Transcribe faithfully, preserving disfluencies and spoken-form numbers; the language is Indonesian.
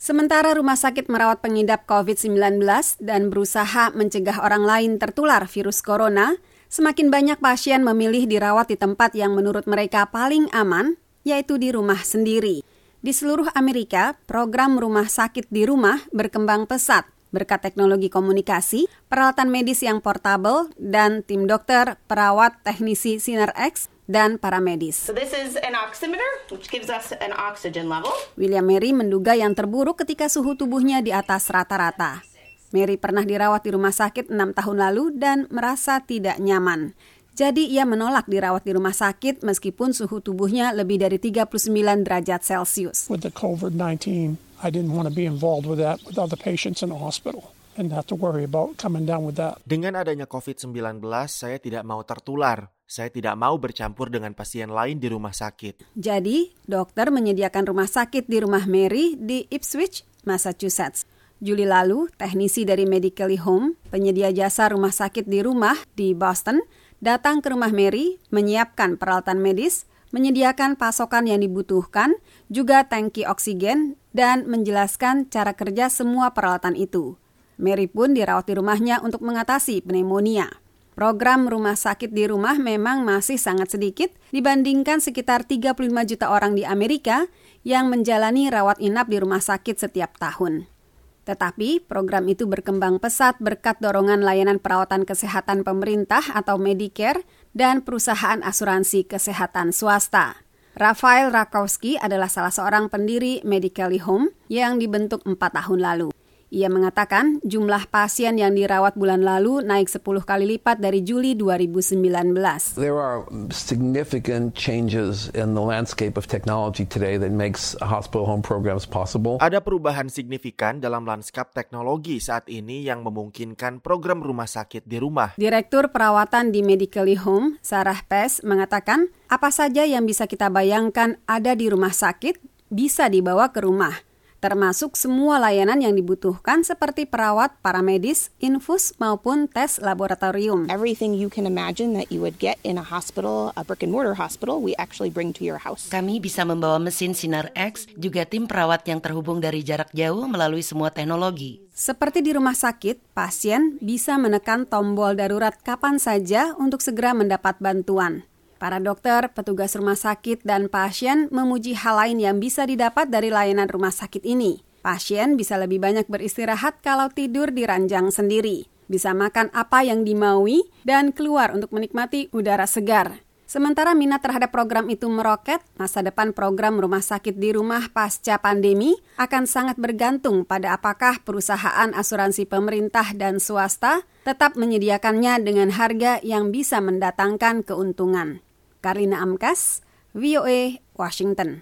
Sementara rumah sakit merawat pengidap covid sembilan belas dan berusaha mencegah orang lain tertular virus corona, semakin banyak pasien memilih dirawat di tempat yang menurut mereka paling aman, yaitu di rumah sendiri. Di seluruh Amerika, program rumah sakit di rumah berkembang pesat berkat teknologi komunikasi, peralatan medis yang portable, dan tim dokter, perawat, teknisi Sinar X, dan para medis. So this is an oximeter, which gives us an oxygen level. William Mary menduga yang terburuk ketika suhu tubuhnya di atas rata-rata. Mary pernah dirawat di rumah sakit enam tahun lalu dan merasa tidak nyaman. Jadi ia menolak dirawat di rumah sakit meskipun suhu tubuhnya lebih dari tiga puluh sembilan derajat Celcius. With the covid nineteen, I didn't want to be involved with that with other patients in the hospital and have to worry about coming down with that. Dengan adanya covid sembilan belas, saya tidak mau tertular. Saya tidak mau bercampur dengan pasien lain di rumah sakit. Jadi, dokter menyediakan rumah sakit di rumah Mary di Ipswich, Massachusetts. Juli lalu, teknisi dari Medically Home, penyedia jasa rumah sakit di rumah di Boston, datang ke rumah Mary, menyiapkan peralatan medis, menyediakan pasokan yang dibutuhkan, juga tangki oksigen, dan menjelaskan cara kerja semua peralatan itu. Mary pun dirawat di rumahnya untuk mengatasi pneumonia. Program rumah sakit di rumah memang masih sangat sedikit dibandingkan sekitar tiga puluh lima juta orang di Amerika yang menjalani rawat inap di rumah sakit setiap tahun. Tetapi program itu berkembang pesat berkat dorongan layanan perawatan kesehatan pemerintah atau Medicare dan perusahaan asuransi kesehatan swasta. Rafael Rakowski adalah salah seorang pendiri Medically Home yang dibentuk empat tahun lalu. Ia mengatakan jumlah pasien yang dirawat bulan lalu naik sepuluh kali lipat dari Juli dua ribu sembilan belas. There are significant changes in the landscape of technology today that makes hospital home programs possible. Ada perubahan signifikan dalam lanskap teknologi saat ini yang memungkinkan program rumah sakit di rumah. Direktur perawatan di Medically Home, Sarah Pes, mengatakan apa saja yang bisa kita bayangkan ada di rumah sakit bisa dibawa ke rumah, termasuk semua layanan yang dibutuhkan seperti perawat, paramedis, infus, maupun tes laboratorium. Everything you can imagine that you would get in a hospital, a brick and mortar hospital, we actually bring to your house. Kami bisa membawa mesin Sinar X, juga tim perawat yang terhubung dari jarak jauh melalui semua teknologi. Seperti di rumah sakit, pasien bisa menekan tombol darurat kapan saja untuk segera mendapat bantuan. Para dokter, petugas rumah sakit, dan pasien memuji hal lain yang bisa didapat dari layanan rumah sakit ini. Pasien bisa lebih banyak beristirahat kalau tidur di ranjang sendiri, bisa makan apa yang dimaui, dan keluar untuk menikmati udara segar. Sementara minat terhadap program itu meroket, masa depan program rumah sakit di rumah pasca pandemi akan sangat bergantung pada apakah perusahaan asuransi pemerintah dan swasta tetap menyediakannya dengan harga yang bisa mendatangkan keuntungan. Karina Amkas, V O A, Washington.